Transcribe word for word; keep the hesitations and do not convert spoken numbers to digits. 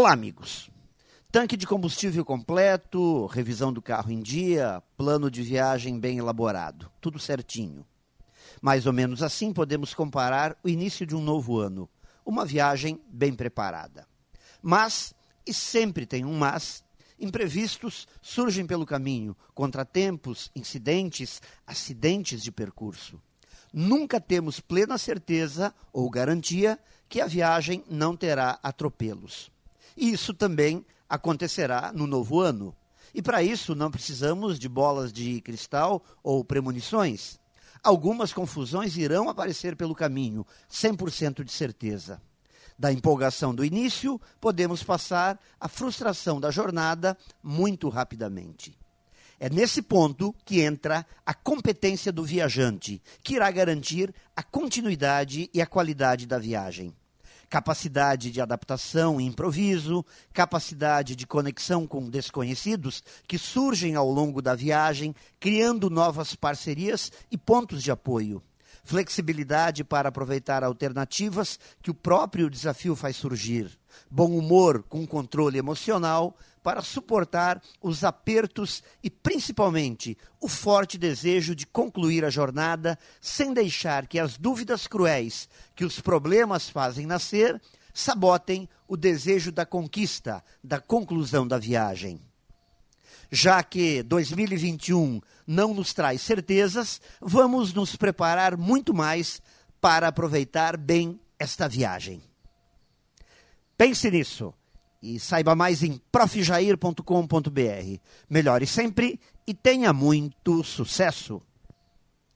Olá, amigos. Tanque de combustível completo, revisão do carro em dia, plano de viagem bem elaborado, tudo certinho. Mais ou menos assim podemos comparar o início de um novo ano, uma viagem bem preparada. Mas, e sempre tem um mas, imprevistos surgem pelo caminho, contratempos, incidentes, acidentes de percurso. Nunca temos plena certeza ou garantia que a viagem não terá atropelos. E isso também acontecerá no novo ano. E para isso não precisamos de bolas de cristal ou premonições. Algumas confusões irão aparecer pelo caminho, cem por cento de certeza. Da empolgação do início, podemos passar à frustração da jornada muito rapidamente. É nesse ponto que entra a competência do viajante, que irá garantir a continuidade e a qualidade da viagem. Capacidade de adaptação e improviso, capacidade de conexão com desconhecidos que surgem ao longo da viagem, criando novas parcerias e pontos de apoio. Flexibilidade para aproveitar alternativas que o próprio desafio faz surgir. Bom humor com controle emocional para suportar os apertos e, principalmente, o forte desejo de concluir a jornada sem deixar que as dúvidas cruéis que os problemas fazem nascer sabotem o desejo da conquista, da conclusão da viagem. Já que dois mil e vinte e um não nos traz certezas, vamos nos preparar muito mais para aproveitar bem esta viagem. Pense nisso e saiba mais em prof jair ponto com ponto br. Melhore sempre e tenha muito sucesso!